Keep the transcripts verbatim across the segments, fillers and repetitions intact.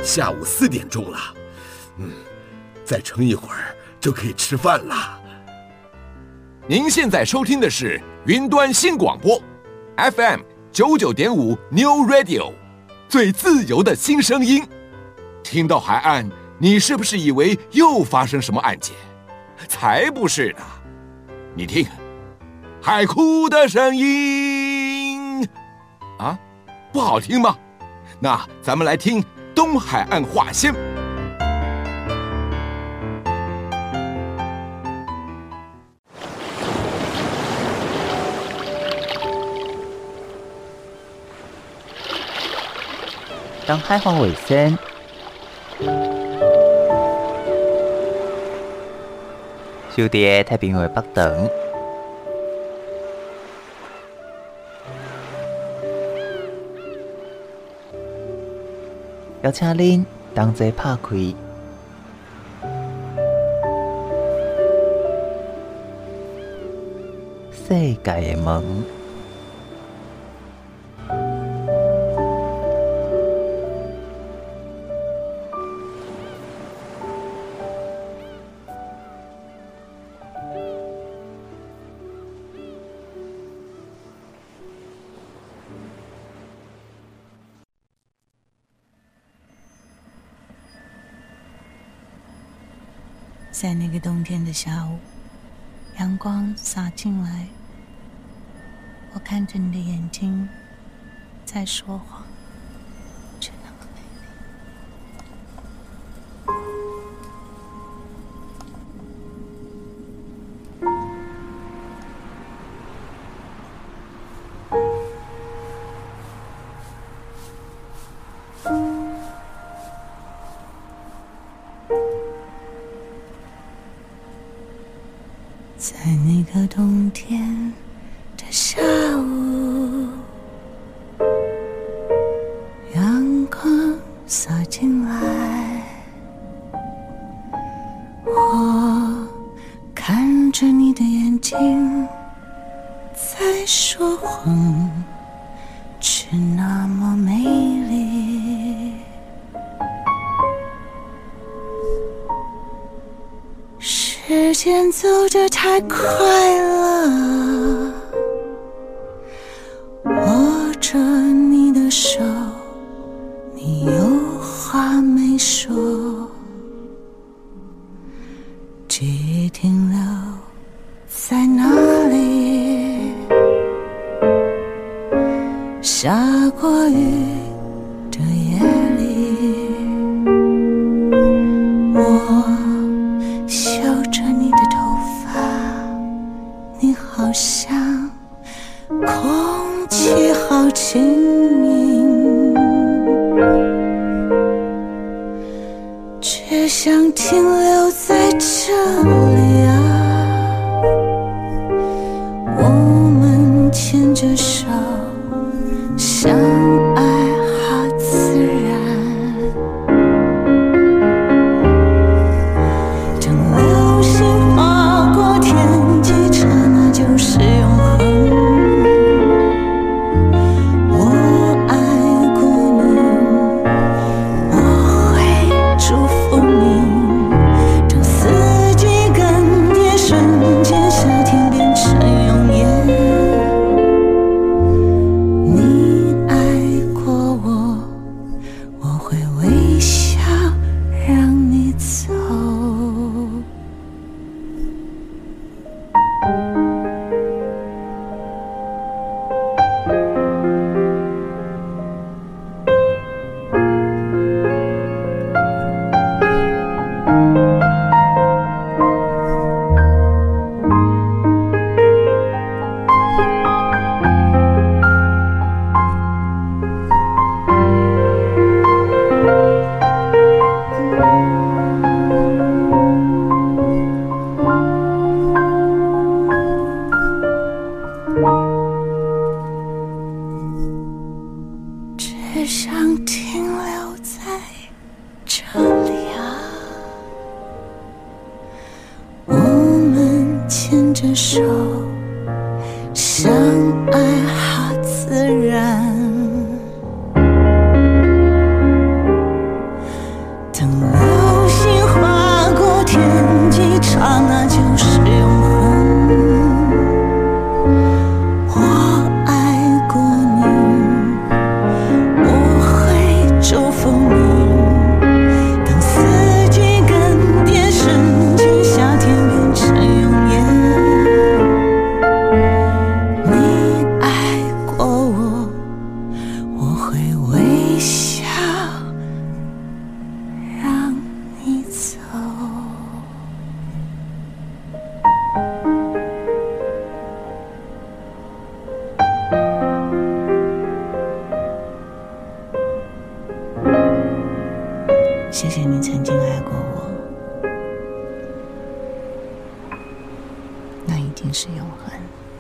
下午四点钟了，嗯，再撑一会儿就可以吃饭了。 您现在收听的是云端新广播 F M 九九点五 New Radio， 最自由的新声音。听到海岸，你是不是以为又发生什么案件？才不是呢！你听，海哭的声音啊，不好听吗？那咱们来听东海岸话先。 当海防卫生，小弟太平洋北等，邀请恁同齐拍开世界的门。 在那个冬天的下午，阳光洒进来，我看着你的眼睛在说谎，却那么美在那个冬天的下午，阳光洒进来，我看着你的眼睛在说谎，却那么美丽。时间走得太快了，握着你的手，你有话没说，记忆停留在哪里？下过雨的夜里，我嗅着你的头发，你好像空气好轻盈，却想停留在这里啊。我们牵着手，相爱好自然。只想停留在这里啊，我们牵着手，相爱好自然。 谢谢你曾经爱过我，那一定是永恒。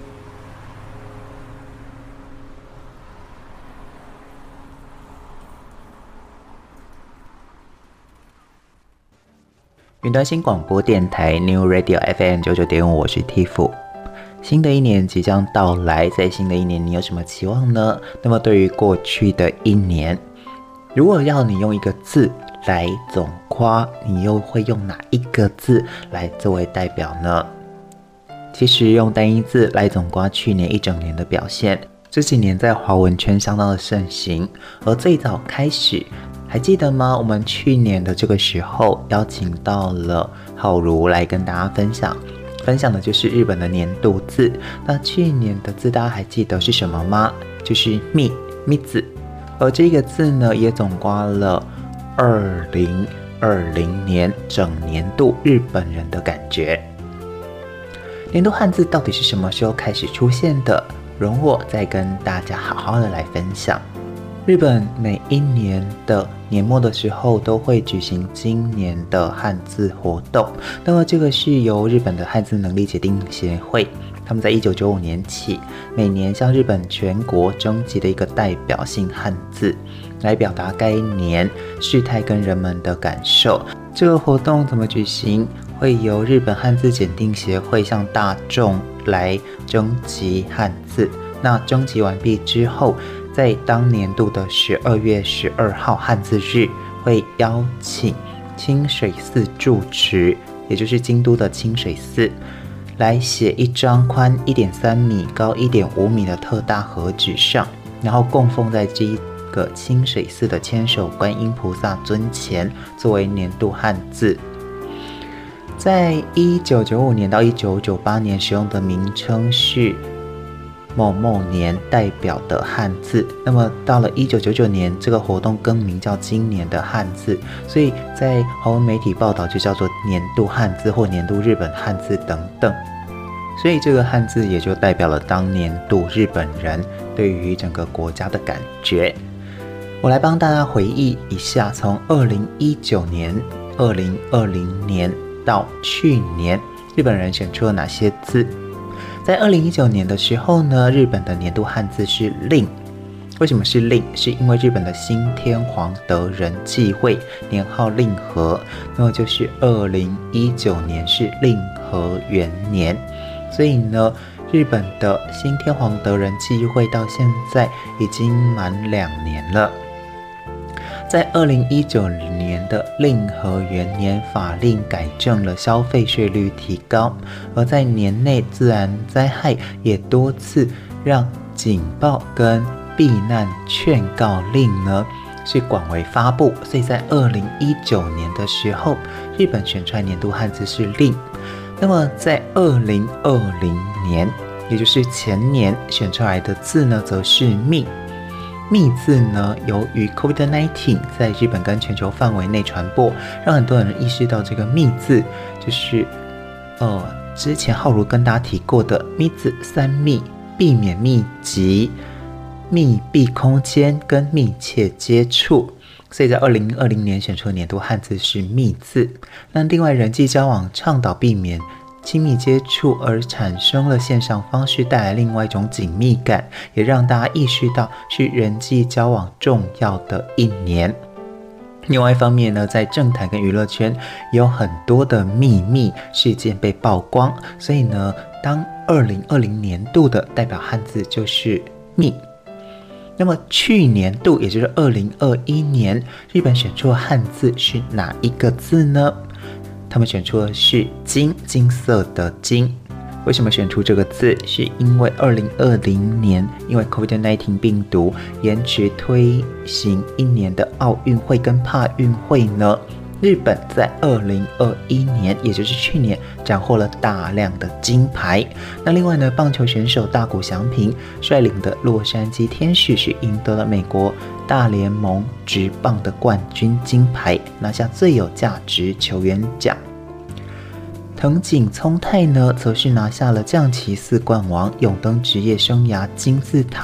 云端新广播电台 New Radio F M 九九点五，我是 Tiff。新的一年即将到来，在新的一年你有什么期望呢？那么对于过去的一年，如果要你用一个字来总括，你又会用哪一个字来作为代表呢？其实用单一字来总括去年一整年的表现，这几年在华文圈相当的盛行。而最早开始，还记得吗？我们去年的这个时候邀请到了浩如来跟大家分享，分享的就是日本的年度字。那去年的字大家还记得是什么吗？就是密密字。而这个字呢，也总括了二零二零年整年度日本人的感觉。年度汉字到底是什么时候开始出现的？容我再跟大家好好的来分享。日本每一年的年末的时候都会举行今年的汉字活动，那么这个是由日本的汉字能力检定协会，他们在一九九五年起，每年向日本全国征集的一个代表性汉字，来表达该年事态跟人们的感受。这个活动怎么举行？会由日本汉字检定协会向大众来征集汉字，那征集完毕之后，在当年度的十二月十二号汉字日，会邀请清水寺住持，也就是京都的清水寺，来写一张宽 一点三米、高 一点五米的特大和纸上，然后供奉在这一个清水寺的千手观音菩萨尊前，作为年度汉字。在一九九五年到一九九八年使用的名称是某某年代表的汉字，那么到了一九九九年，这个活动更名叫今年的汉字，所以在华文媒体报道就叫做年度汉字或年度日本汉字等等，所以这个汉字也就代表了当年度日本人对于整个国家的感觉。我来帮大家回忆一下，从二零一九年、二零二零年到去年，日本人选出了哪些字？在二零一九年的时候呢，日本的年度汉字是令。为什么是令？是因为日本的新天皇德仁继位，年号令和，那么就是二零一九年是令和元年，所以呢，日本的新天皇德仁继位到现在已经满两年了。在二零一九年的令和元年，法令改正了消费税率提高，而在年内自然灾害也多次让警报跟避难劝告令呢是广为发布，所以在二零一九年的时候，日本选出来年度汉字是令。那么在二零二零年，也就是前年选出来的字呢，则是密。密字呢，由于 COVID 十九 在日本跟全球范围内传播，让很多人意识到这个密字就是呃，之前浩如跟大家提过的密字三密，避免密集、密闭空间跟密切接触，所以在二零二零年选出的年度汉字是密字。那另外人际交往倡导避免亲密接触，而产生了线上方式带来另外一种紧密感，也让大家意识到是人际交往重要的一年。另外一方面呢，在政坛跟娱乐圈也有很多的秘密事件被曝光，所以呢，当二零二零年度的代表汉字就是密。那么去年度，也就是二零二一年，日本选出的汉字是哪一个字呢？他们选出的是金，金色的金。为什么选出这个字？是因为二零二零年因为 COVID 十九 病毒延迟推行一年的奥运会跟帕运会呢，日本在二零二一年，也就是去年斩获了大量的金牌。那另外呢，棒球选手大谷翔平率领的洛杉矶天使是赢得了美国大联盟职棒的冠军金牌，拿下最有价值球员奖。藤井聪太呢，则是拿下了将棋四冠王，勇登职业生涯金字塔，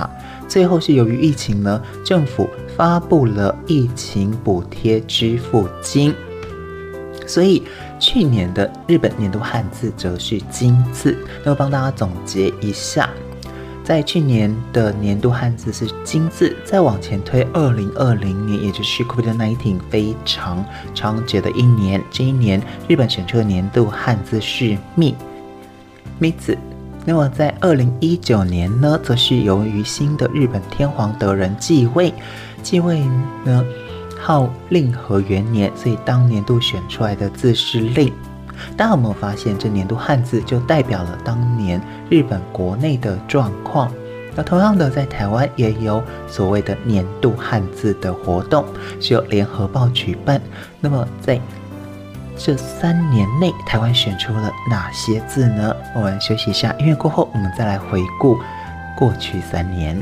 最后是由于疫情呢，政府发布了疫情补贴支付金，所以去年的日本年度汉字则是金字。那么帮大家总结一下，在去年的年度汉字是金字，再往前推二零二零年，也就是 COVID 十九 非常猖獗的一年，这一年日本选出的年度汉字是密密字。那么在二零一九年呢，则是由于新的日本天皇德仁继位，继位呢号令和元年，所以当年度选出来的字是令。大家有没有发现，这年度汉字就代表了当年日本国内的状况？那同样的，在台湾也有所谓的年度汉字的活动，是由联合报举办。那么在这三年内，台湾选出了哪些字呢？我们休息一下，音乐过后，我们再来回顾过去三年。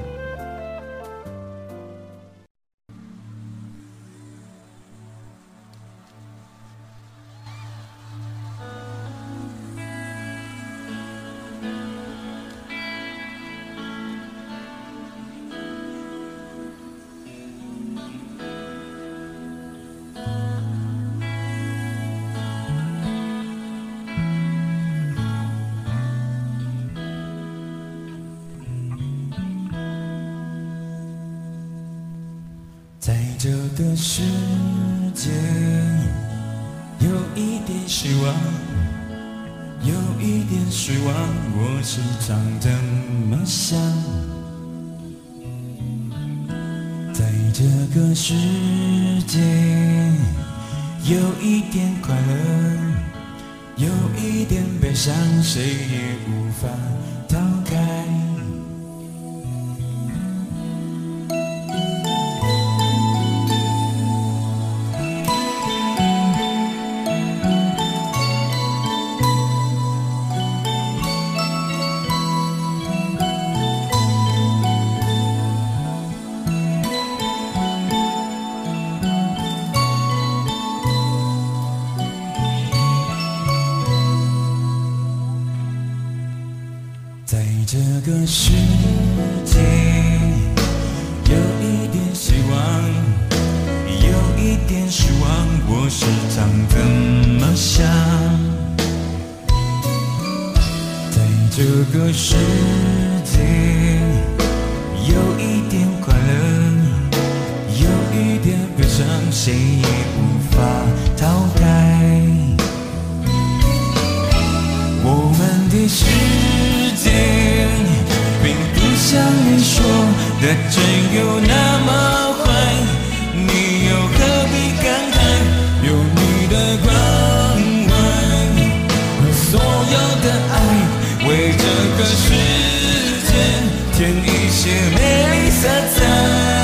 在这个世界，有一点失望，有一点失望，我时常这么想。在这个世界，有一点快乐，有一点悲伤，谁也无法逃开。在这个世界，有一点希望，有一点失望，我时常这么想。在这个世界，有一点快乐，有一点悲伤，谁也无法逃开。我们的世界并不像你说的真有那么坏，你又何必感慨？有你的关怀和所有的爱，为这个世界添一些美丽色彩。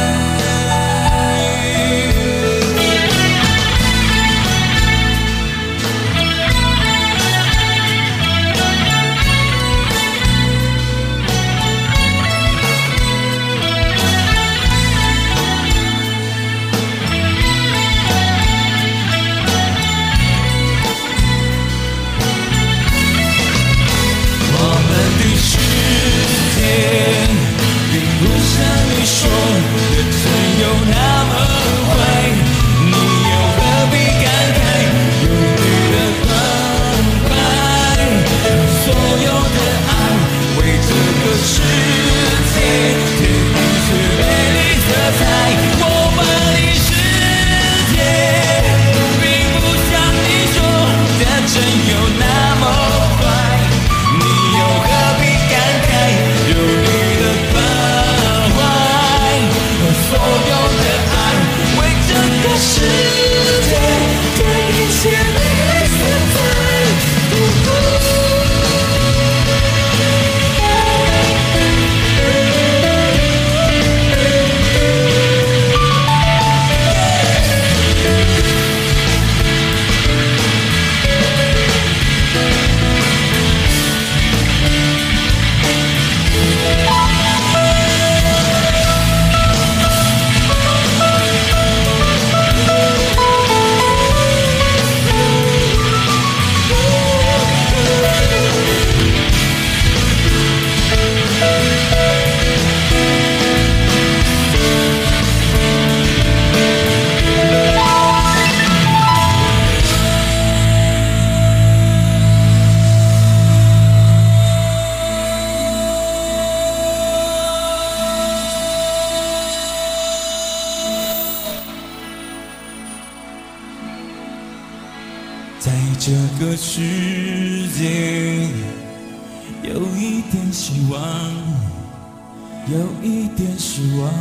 在这个世界有一点希望，有一点失望。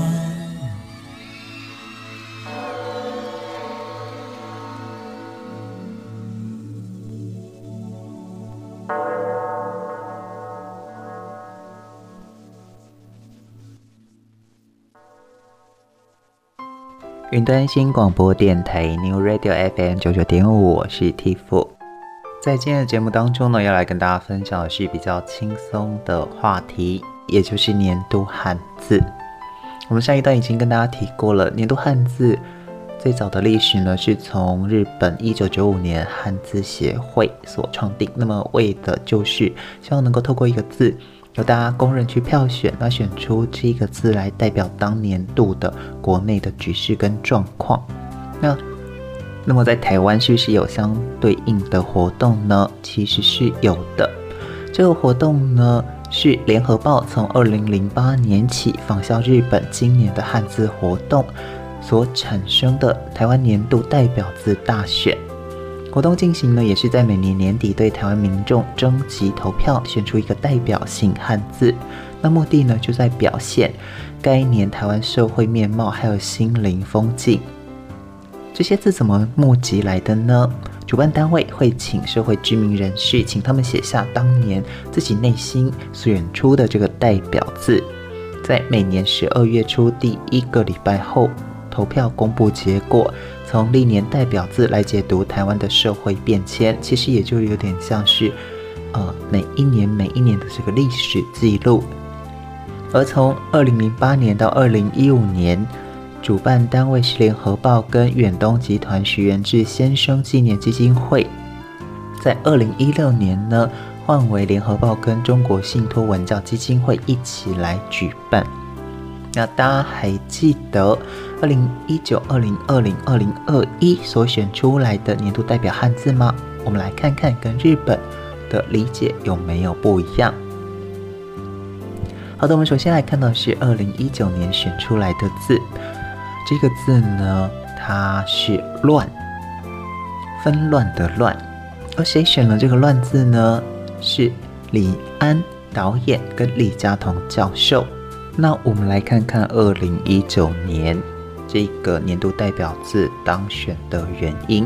云端新广播电台 New Radio F M 九九点五，我是 Tiff。在今天的节目当中呢，要来跟大家分享的是比较轻松的话题，也就是年度汉字。我们上一段已经跟大家提过了，年度汉字最早的历史呢，是从日本一九九五年汉字协会所创定，那么为的就是希望能够透过一个字，由大家公认去票选，那选出这个字来代表当年度的国内的局势跟状况。那那么在台湾是不是有相对应的活动呢？其实是有的。这个活动呢，是联合报从二零零八年起仿效日本今年的汉字活动所产生的台湾年度代表字大选。活动进行呢，也是在每年年底对台湾民众征集投票，选出一个代表性汉字。那目的呢，就在表现该年台湾社会面貌还有心灵风景。这些字怎么募集来的呢？主办单位会请社会知名人士，请他们写下当年自己内心选出的这个代表字，在每年十二月初第一个礼拜后投票公布结果，从历年代表字来解读台湾的社会变迁，其实也就有点像是呃每一年每一年的这个历史记录。而从二零零八年到二零一五年，主办单位是联合报跟远东集团徐元志先生纪念基金会，在二零一六年呢，换为联合报跟中国信托文教基金会一起来举办。那大家还记得二零一九、二零二零、二零二一所选出来的年度代表汉字吗？我们来看看跟日本的理解有没有不一样。好的，我们首先来看到是二零一九年选出来的字，这个字呢，它是乱，纷乱的乱。而谁选了这个乱字呢？是李安导演跟李嘉彤教授。那我们来看看二零一九年这个年度代表字当选的原因。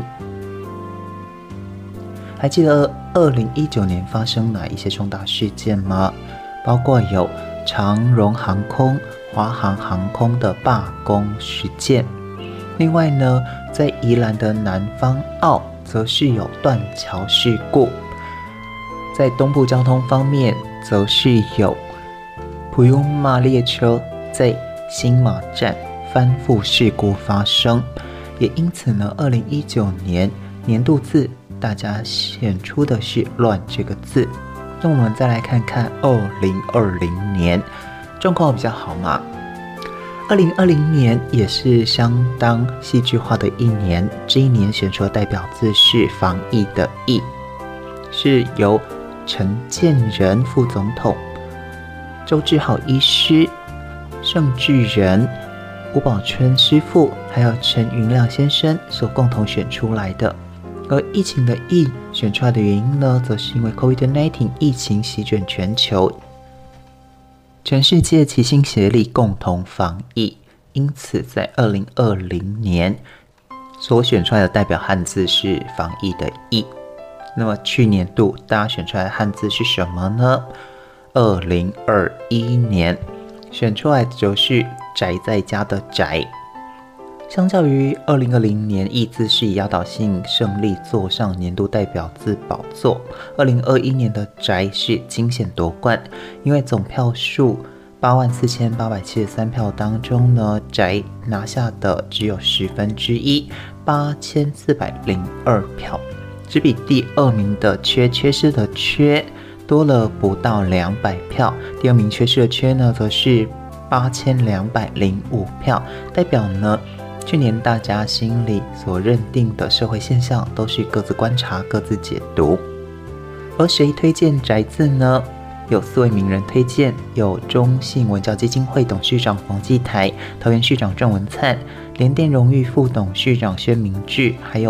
还记得二零一九年发生哪一些重大事件吗？包括有长荣航空、华航航空的罢工事件。另外呢，在宜兰的南方澳则是有断桥事故。在东部交通方面，则是有普悠玛列车在新马站翻覆事故发生。也因此呢，二零一九年年度字大家选出的是乱这个字。那我们再来看看二零二零年状况比较好吗？二零二零年也是相当戏剧化的一年，这一年选出的代表字是防疫的疫，是由陈建仁副总统、周志浩医师、盛智仁、吴宝春师傅还有陈云亮先生所共同选出来的。而疫情的疫选出来的原因呢，则是因为 COVID 十九 疫情席卷全球，全世界齐心协力共同防疫，因此在二零二零年所选出来的代表汉字是防疫的疫。那么去年度大家选出来的汉字是什么呢？二零二一年选出来的就是宅在家的宅。相较于二零二零年，疫字是以压倒性胜利坐上年度代表字宝座。二零二一年的宅是惊险夺冠，因为总票数八万四千八百七十三票当中呢，宅拿下的只有十分之一，八千四百零二票，只比第二名的缺缺失的缺多了不到两百票。第二名缺失的缺呢，则是八千两百零五票，代表呢，去年大家心里所认定的社会现象都是各自观察、各自解读。而谁推荐宅字呢？有四位名人推荐，有中信文教基金会董事长冯骥台、桃园市长郑文灿、联电荣誉副董事长薛明志，还有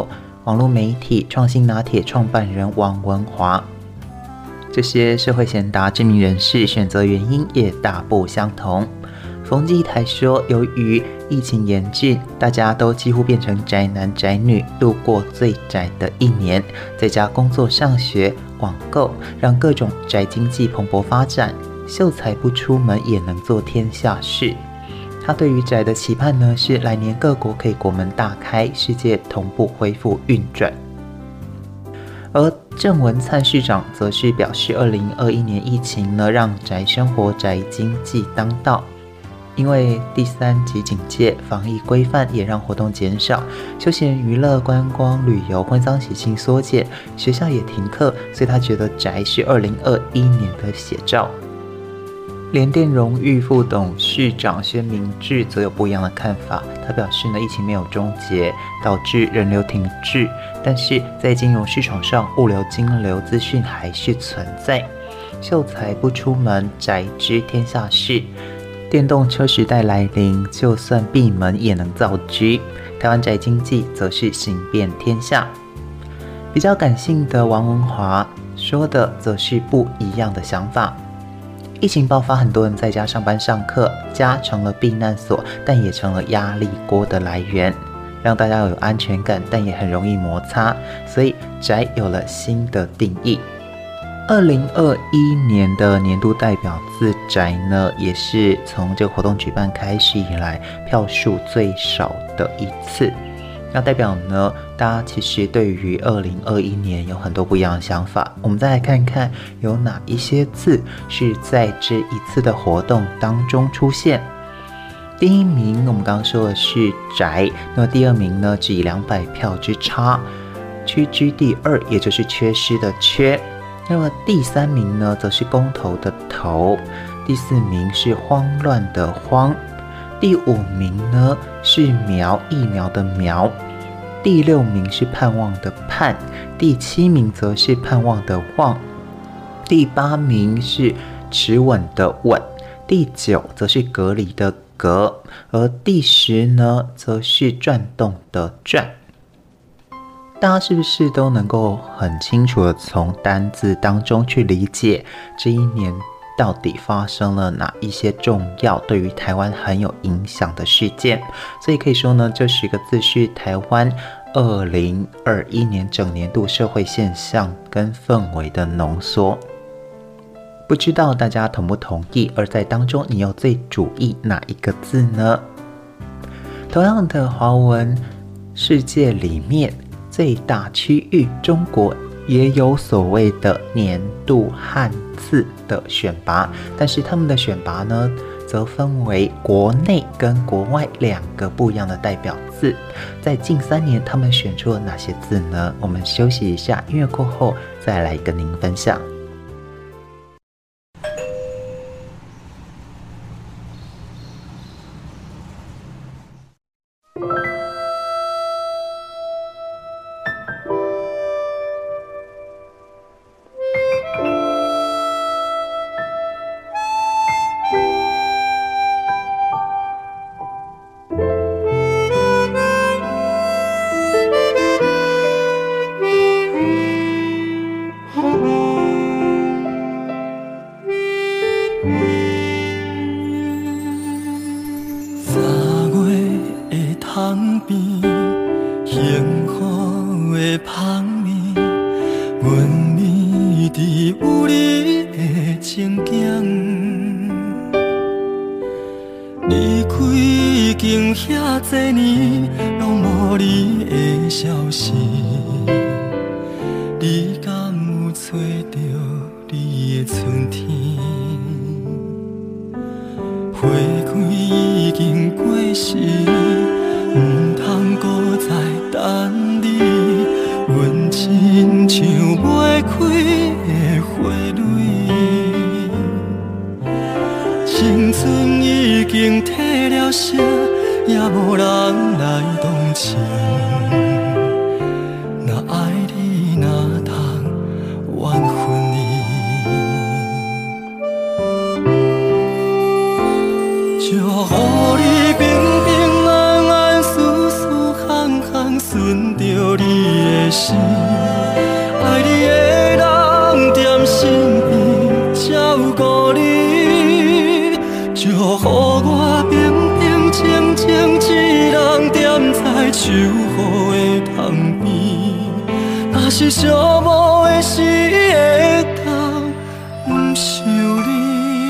网络媒体创新拿铁创办人王文华。这些社会贤达知名人士选择原因也大不相同。冯骥台说，由于疫情严峻，大家都几乎变成宅男宅女，度过最宅的一年，在家工作、上学、网购，让各种宅经济蓬勃发展。秀才不出门也能做天下事。他对于宅的期盼呢，是来年各国可以国门大开，世界同步恢复运转。而郑文灿市长则是表示，二零二一年疫情呢，让宅生活、宅经济当道。因为第三级警戒，防疫规范也让活动减少，休闲娱乐、观光、旅游、婚丧喜庆缩减，学校也停课，所以他觉得宅是二零二一年的写照。联电荣誉副董事长薛明志则有不一样的看法，他表示呢，疫情没有终结，导致人流停滞，但是在金融市场上，物流、金流资讯还是存在。秀才不出门，宅知天下事。电动车时代来临，就算闭门也能造车。台湾宅经济则是行遍天下。比较感性的王文华说的则是不一样的想法。疫情爆发，很多人在家上班上课，家成了避难所，但也成了压力锅的来源，让大家有安全感，但也很容易摩擦，所以宅有了新的定义。二零二一年的年度代表字宅呢，也是从这个活动举办开始以来票数最少的一次。那代表呢，大家其实对于二零二一年有很多不一样的想法。我们再来看看有哪一些字是在这一次的活动当中出现。第一名我们刚刚说的是宅，那么第二名呢，只以两百票之差屈居第二，也就是缺失的缺。那么第三名呢，则是公投的投，第四名是慌乱的慌，第五名呢是苗疫苗的苗，第六名是盼望的盼，第七名则是盼望的望，第八名是持稳的稳，第九则是隔离的隔，而第十呢，则是转动的转。大家是不是都能够很清楚的从单字当中去理解这一年到底发生了哪一些重要对于台湾很有影响的事件？所以可以说呢，这十个字是台湾二零二一年整年度社会现象跟氛围的浓缩。不知道大家同不同意？而在当中，你又最主意哪一个字呢？同样的，华文世界里面最大区域中国也有所谓的年度汉字的选拔，但是他们的选拔呢，则分为国内跟国外两个不一样的代表字。在近三年，他们选出了哪些字呢？我们休息一下，音乐过后再来跟您分享。 顺着你的守护的旁边。若是寂寞的时会当不想你。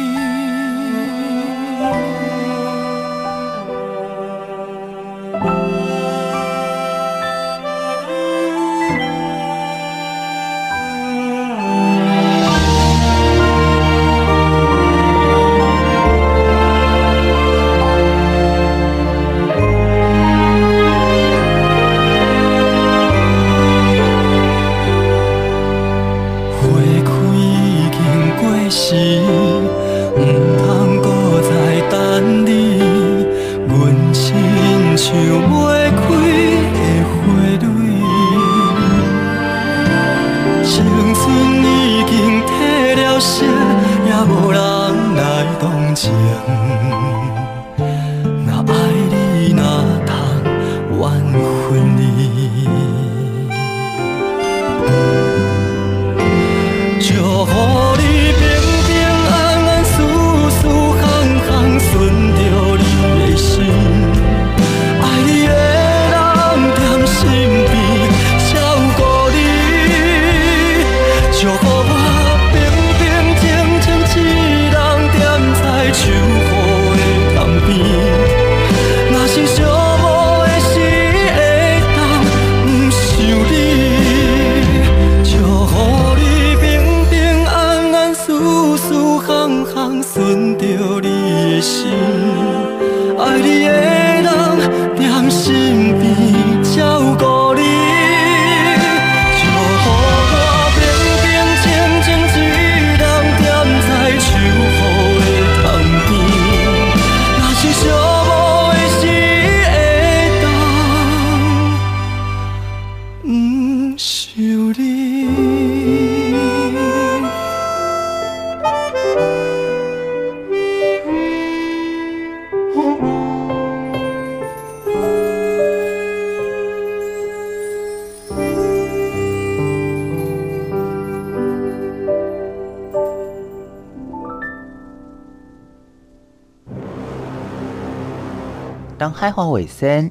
当海岸卫生，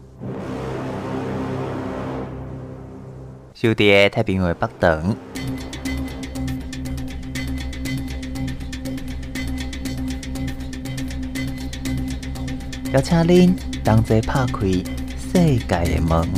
小弟太平洋的北长，邀请恁同齐拍开世界的门。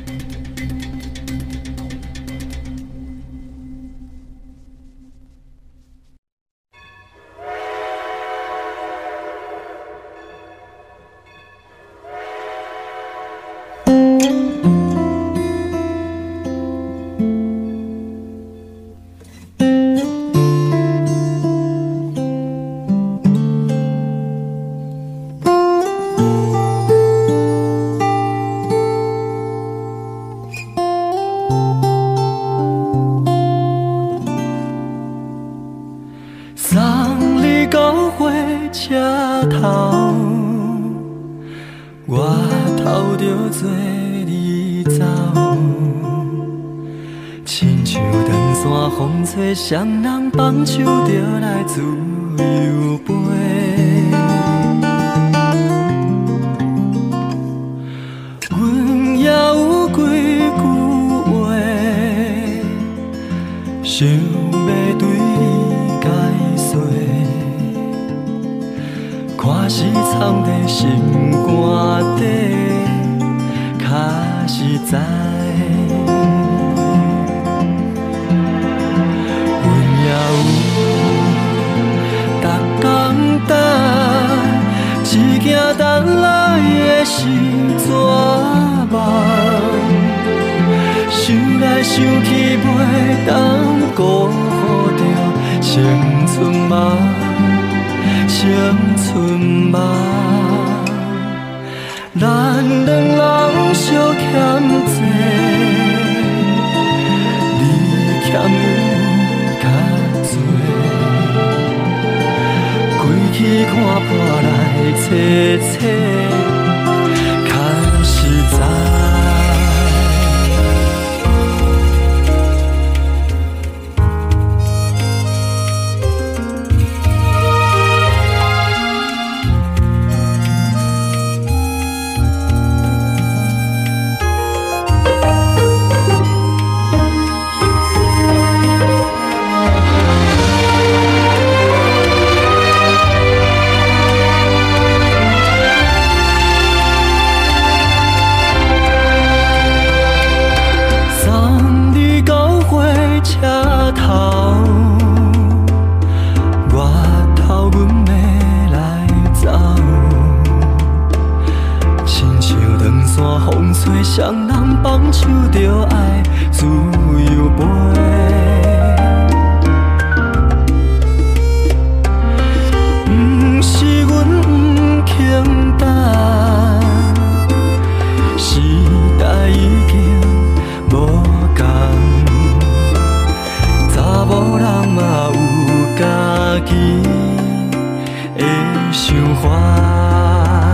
双人放手就来自由飞，阮也有几句话，想要对你解说，看是藏在心肝底，较实在。一件等来的是怎梦？想来想去袂当辜负着青春梦，青春梦。咱两人相欠债，你欠有较多。去看破来找找，较实在。 找双人放手着爱自由飞。不是阮不肯等，时代已经无同，查某人嘛有家己的想法。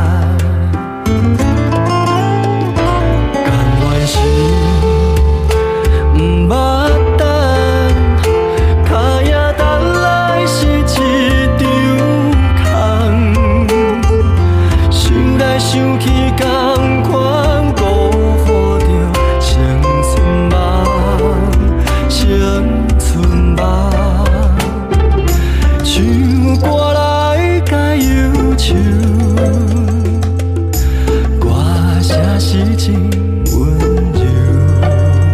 想起同款辜负着青春梦，青春梦。唱歌来甲忧愁，歌声是真温柔。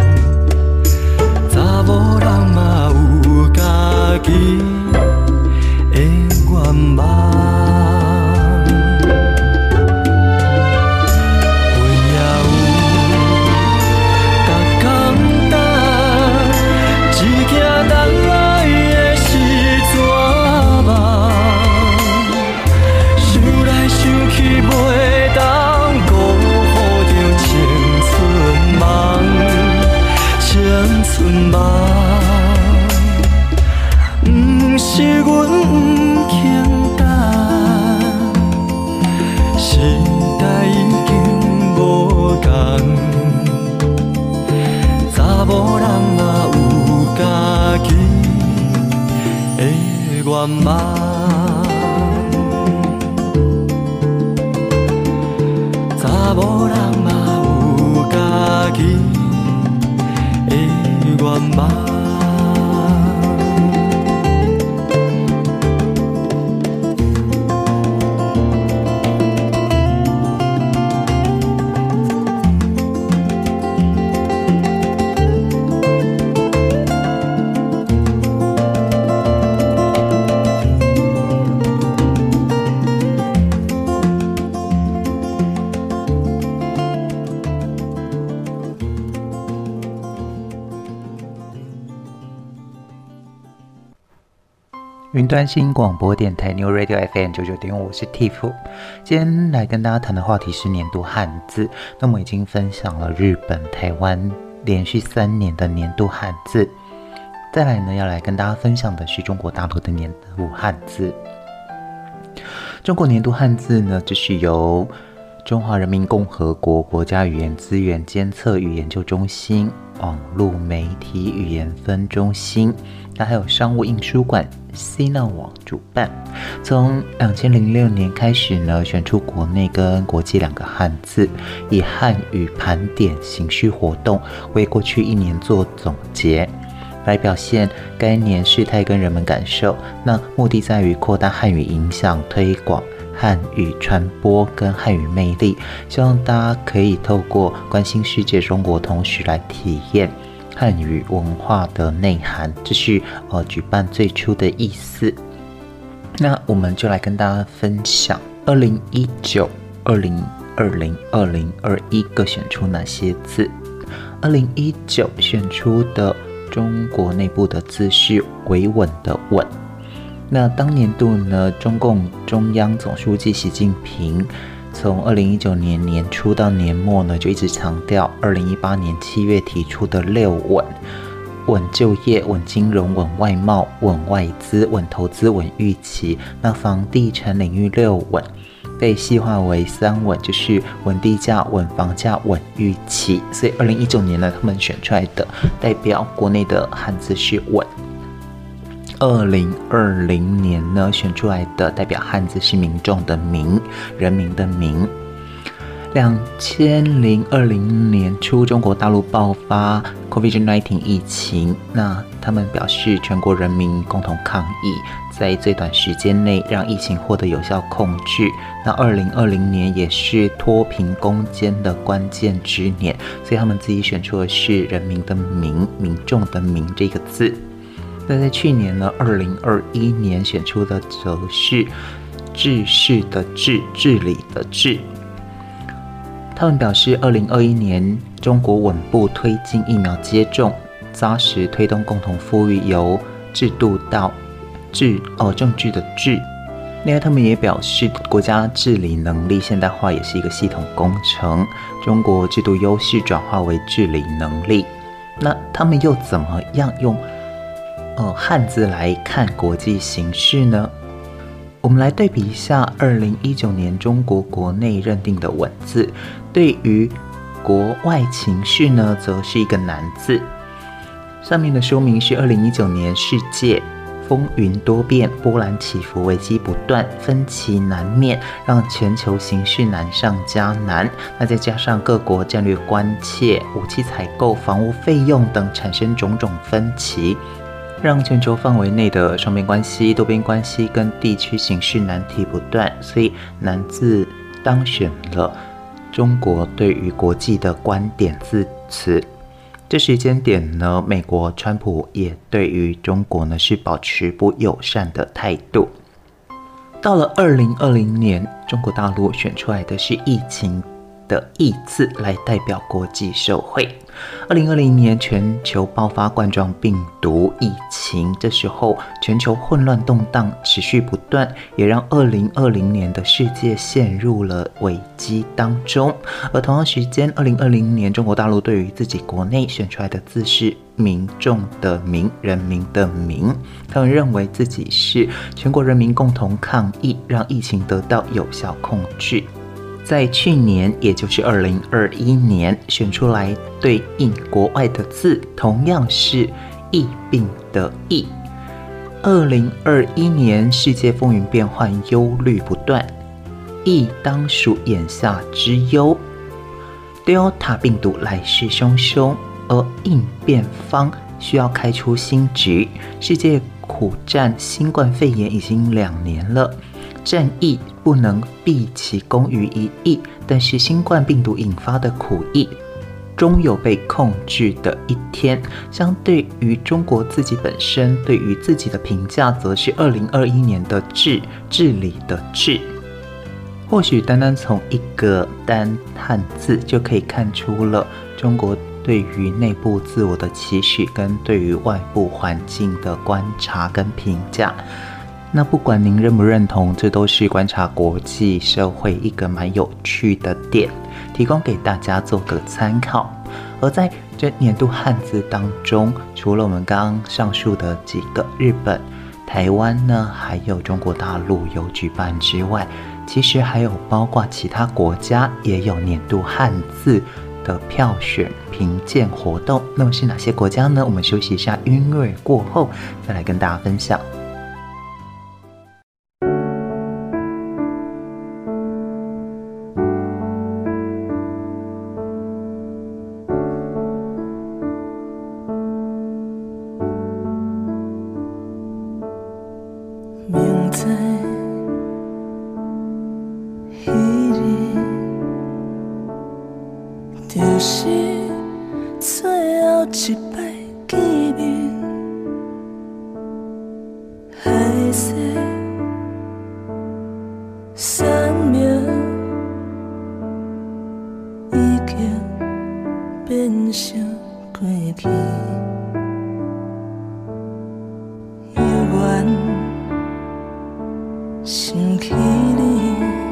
查某人嘛有家己的愿望。不是阮不肯等，时代已经无同，查某人嘛有家己的愿望。查某人嘛有家己的愿望。 云端新广播电台 New Radio F M 九九点五，我是 Tiff。今天来跟大家谈的话题是年度汉字。那么已经分享了日本、台湾连续三年的年度汉字，再来呢要来跟大家分享的是中国大陆的年度汉字。中国年度汉字呢，就是由中华人民共和国国家语言资源监测与研究中心、网络媒体语言分中心，那还有商务印书馆新浪网主办。从二零零六年开始呢，选出国内跟国际两个汉字，以汉语盘点行需活动为过去一年做总结，来表现该年事态跟人们感受。那目的在于扩大汉语影响、推广汉语传播跟汉语魅力，希望大家可以透过关心世界中国，同时来体验汉语文化的内涵，这是呃举办最初的意思。那我们就来跟大家分享二零一九、二零二零、二零二一各选出哪些字。二零一九选出的中国内部的字是维稳的稳。那当年度呢，中共中央总书记习近平从二零一九年年初到年末呢，就一直强调二零一八年七月提出的六稳：稳就业、稳金融、稳外贸、稳外资、稳投资、稳预期。那房地产领域六稳被细化为三稳，就是稳地价、稳房价、稳预期。所以二零一九年呢，他们选出来的代表国内的汉字是稳。二零二零年呢，选出来的代表汉字是民众的民，人民的民。两千二零年初，中国大陆爆发 COVID 十九 疫情，那他们表示全国人民共同抗疫，在最短时间内让疫情获得有效控制。那二零二零年也是脱贫攻坚的关键之年，所以他们自己选出的是人民的民，民众的民这个字。那在去年呢，二零二一年选出的则是治世的治，治理的治。 他们表示，二零二一年中国稳步推进疫苗接种，扎实推动共同富裕由制度到治哦政治的治。另外，他们也表示，国家治理能力现代化也是一个系统工程，中国制度优势转化为治理能力。那他们又怎么样用呃汉字来看国际形势呢？我们来对比一下二零一九年中国国内认定的文字，对于国外情势呢，则是一个难字。上面的说明是二零一九年世界风云多变，波澜起伏，危机不断，分歧难免，让全球形势难上加难。那再加上各国战略关切、武器采购、防务费用等产生种种分歧，让全球范围内的双边关系、多边关系跟地区形势难题不断，所以难字当选了中国对于国际的观点字词。这时间点呢，美国川普也对于中国呢是保持不友善的态度。到了二零二零年，中国大陆选出来的是疫情的疫字来代表国际社会。二零二零年全球爆发冠状病毒疫情，这时候全球混乱动荡持续不断，也让二零二零年的世界陷入了危机当中。而同样时间，二零二零年中国大陆对于自己国内选出来的字是民众的民，人民的民，他们认为自己是全国人民共同抗疫，让疫情得到有效控制。在去年，也就是二零二一年，选出来对应国外的字，同样是疫病的疫。二零二一年，世界风云变幻，忧虑不断，疫当属眼下之忧。Delta 病毒来势汹汹，而应变方需要开出新局。世界苦战新冠肺炎已经两年了。战役不能毕其功于一役，但是新冠病毒引发的苦役终有被控制的一天。相对于中国自己本身对于自己的评价，则是二零二一年的治，治理的治。或许单单从一个单汉字就可以看出了中国对于内部自我的期许跟对于外部环境的观察跟评价。那不管您认不认同，这都是观察国际社会一个蛮有趣的点，提供给大家做个参考。而在这年度汉字当中，除了我们刚刚上述的几个日本、台湾呢，还有中国大陆有举办之外，其实还有包括其他国家也有年度汉字的票选评鉴活动。那么是哪些国家呢？我们休息一下，音乐过后再来跟大家分享。 就是最後一擺見面，海色三秒已經變成過去，猶原想起你。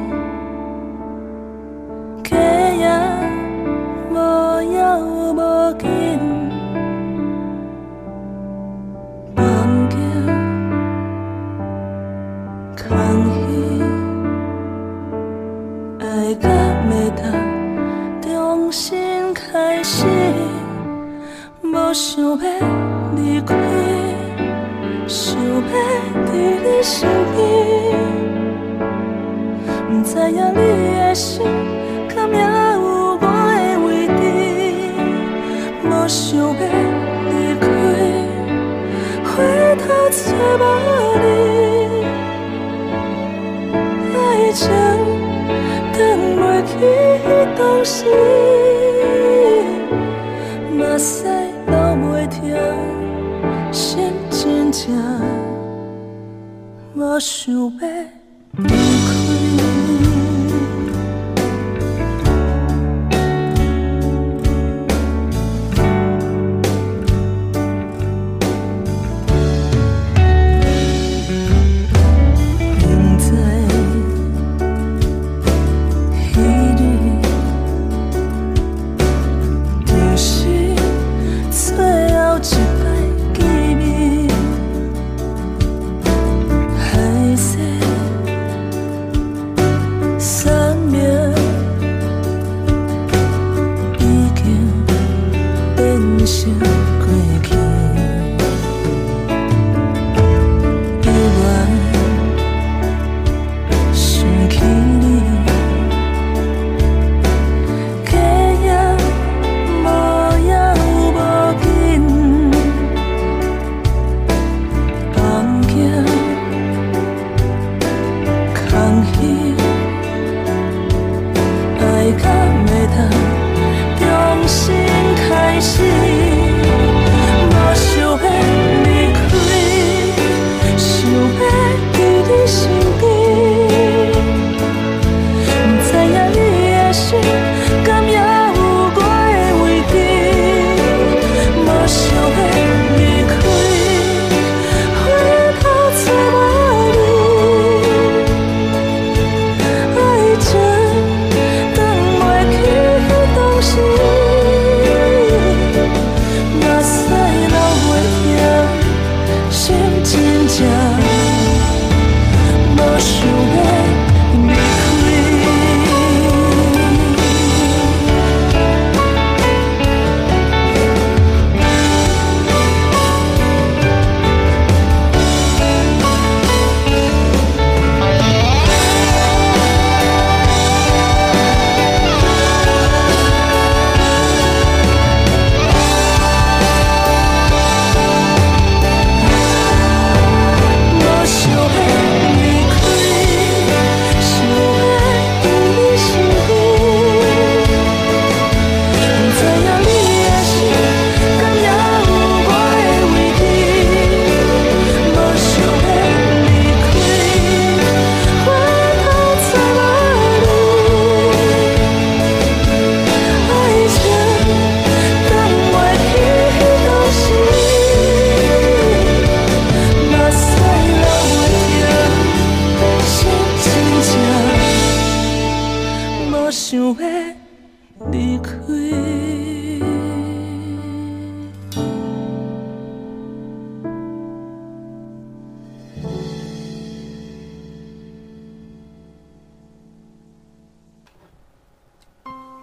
无想要离开，想要伫你身边，不知影你的心敢也有我的位置。无想要离开，回头找无你，爱情等袂去迄当时，目屎流袂停，心真正无想要离开。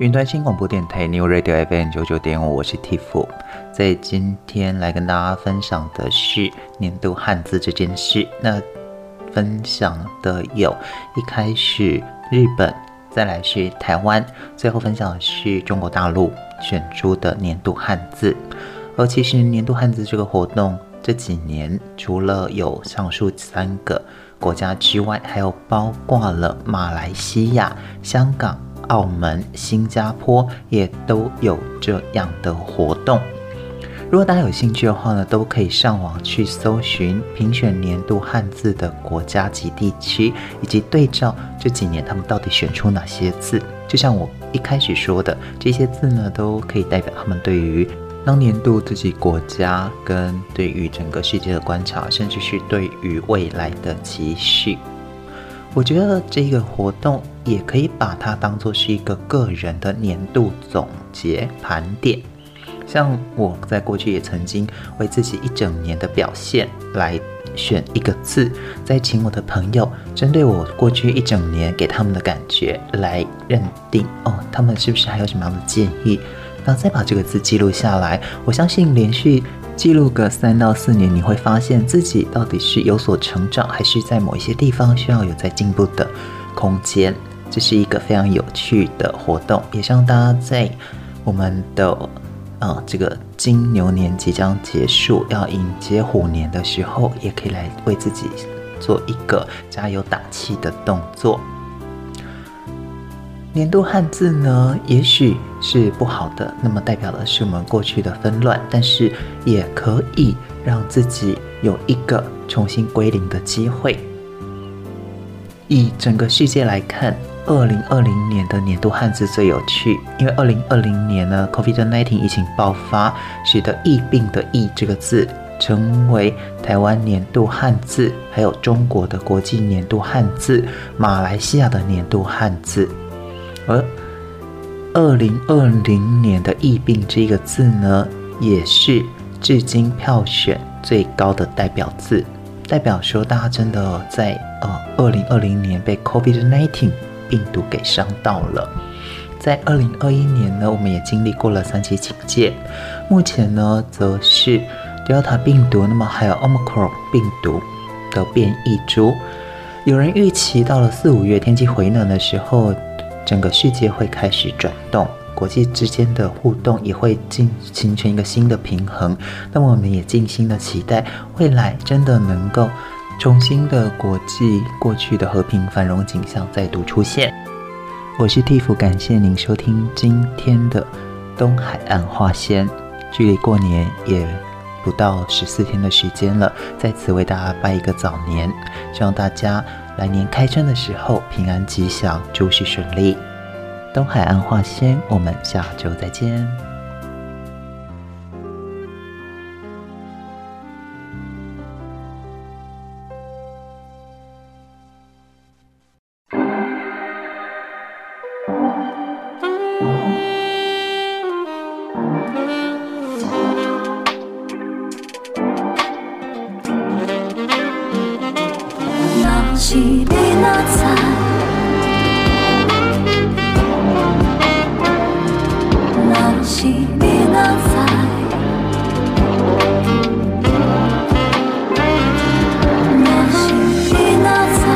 云端新广播电台 New Radio F M 九九点五，我是 Tiff， 在今天来跟大家分享的是年度汉字这件事。那分享的有一开始日本，再来是台湾，最后分享的是中国大陆选出的年度汉字。而其实年度汉字这个活动这几年，除了有上述三个国家之外，还有包括了马来西亚、香港、澳门、新加坡也都有这样的活动。如果大家有兴趣的话呢，都可以上网去搜寻评选年度汉字的国家及地区，以及对照这几年他们到底选出哪些字。就像我一开始说的，这些字呢都可以代表他们对于当年度自己国家跟对于整个世界的观察，甚至是对于未来的期许。我觉得这个活动也可以把它当作是一个个人的年度总结盘点。像我在过去也曾经为自己一整年的表现来选一个字，再请我的朋友针对我过去一整年给他们的感觉来认定哦，他们是不是还有什么样的建议，然后再把这个字记录下来。我相信连续记录个三到四年，你会发现自己到底是有所成长，还是在某一些地方需要有在进步的空间。这是一个非常有趣的活动，也希望大家在我们的呃这个金牛年即将结束，要迎接虎年的时候，也可以来为自己做一个加油打气的动作。年度汉字呢，也许是不好的，那么代表的是我们过去的纷乱，但是也可以让自己有一个重新归零的机会。以整个世界来看，二零二零年的年度汉字最有趣，因为二零二零年呢 COVID 十九 疫情爆发，使得疫病的疫这个字成为台湾年度汉字，还有中国的国际年度汉字，马来西亚的年度汉字。而二零二零年的疫病这个字呢，也是至今票选最高的代表字，代表说大家真的在呃二零二零年被 COVID 十九 病毒给伤到了。在二零二一年呢，我们也经历过了三级警戒，目前呢则是 Delta 病毒，那么还有 Omicron 病毒的变异株。有人预期到了四五月天气回暖的时候，整个世界会开始转动，国际之间的互动也会进形成一个新的平衡。那么我们也尽心的期待未来真的能够重新的国际过去的和平繁荣景象再度出现。我是 Tiff， 感谢您收听今天的东海岸话仙，距离过年也不到十四天的时间了，在此为大家拜一个早年，希望大家来年开春的时候平安吉祥，诸事顺利。东海岸话仙，我们下周再见。 是你若知，若是你若知，若是你若知，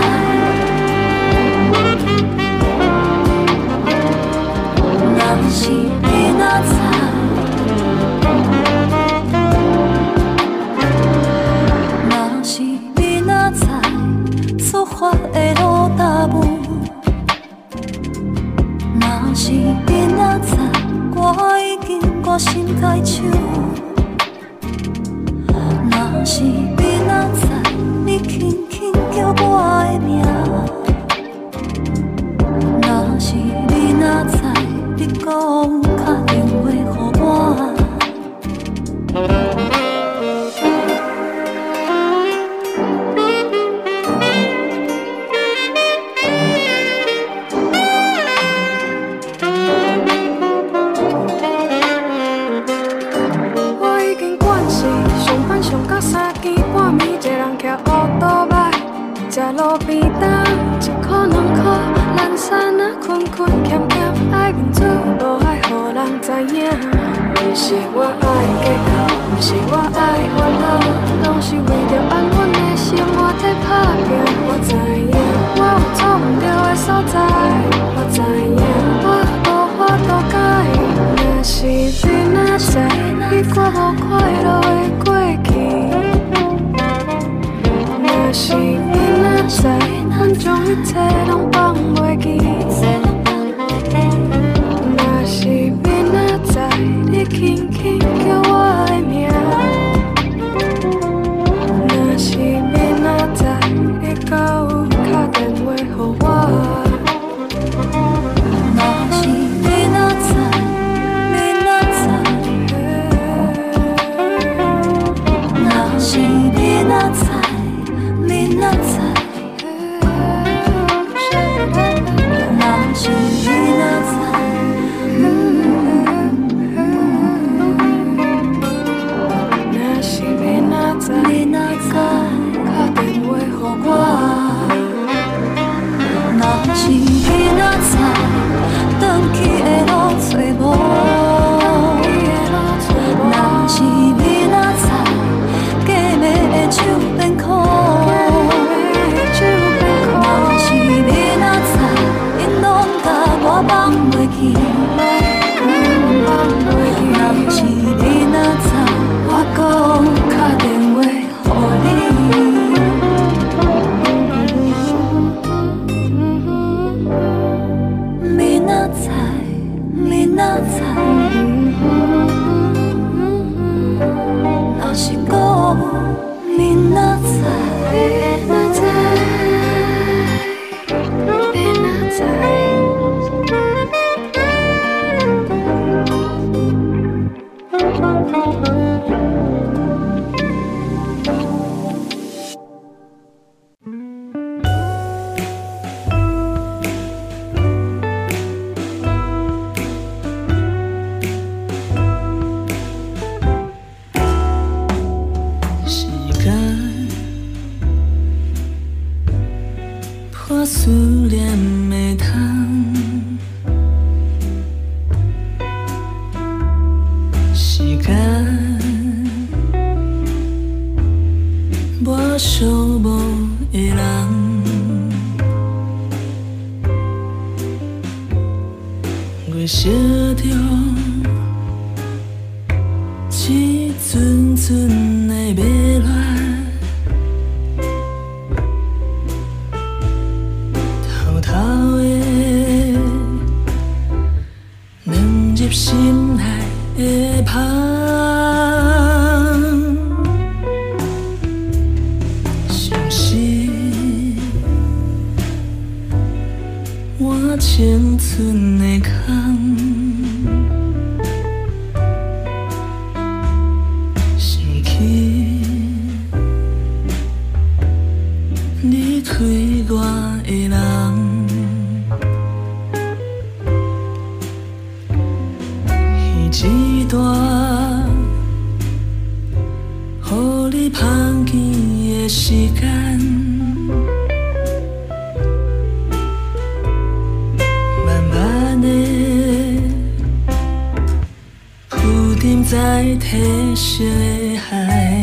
若是你若知，若是你若知。出发的路踏步，若是你若知，我已经决心改手。若是你若知，你轻轻叫我的名。若是你若知，你讲打电话给我。食路边摊，一箍两箍，咱三仔困困欠欠，爱面子无是我爱计较，不是我爱烦恼，拢是为着安稳的生活在打拼。我知影我有错唔对的所在，我知影我无法度改。若是你若知，你过无快乐的过去。若是你若知，咱将一切拢放袂记。若是你若知，你轻轻叫我的名。若是你若知，会到有打电话给我。 若是你若知，你若知，若是你若知，你若知，若是你若知。你若知，打电话给我。若是你若知，转去的路找无。若是你若知，假寐的手变苦。若是你若知，因拢甲我放袂记。若是你若知，我讲打电话。你若知，你若知，若是讲你若知，你若知，你若知。思念的痛，时间我寂寞的人，月色中一阵阵的迷乱。心内的香，相信我青春的空，想起离开我的人。一段，予你芳见的时间，慢慢的浮沉在褪色的海。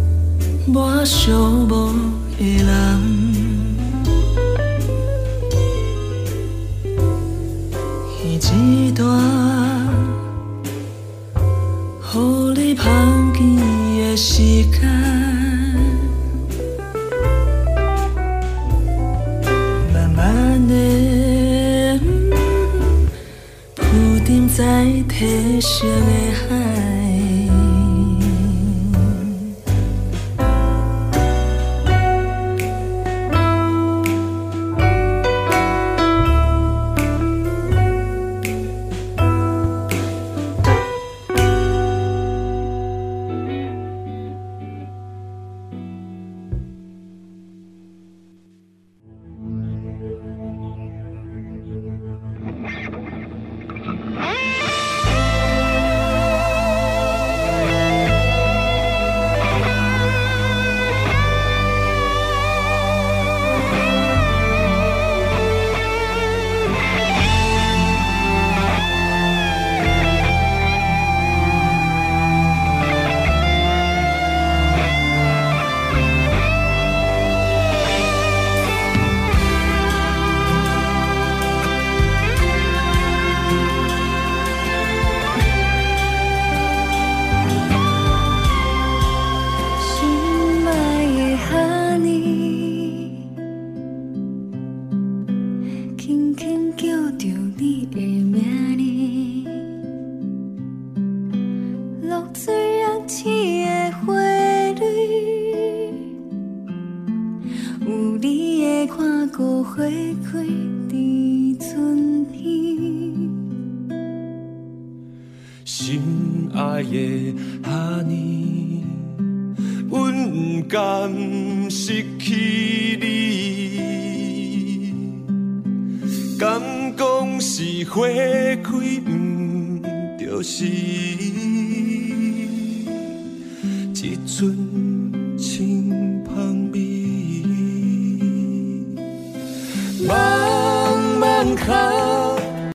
寂寞的人， 体色的海。 心爱的哈尼，阮不甘失去你，敢讲是花开不着时，一阵清香味，茫茫海。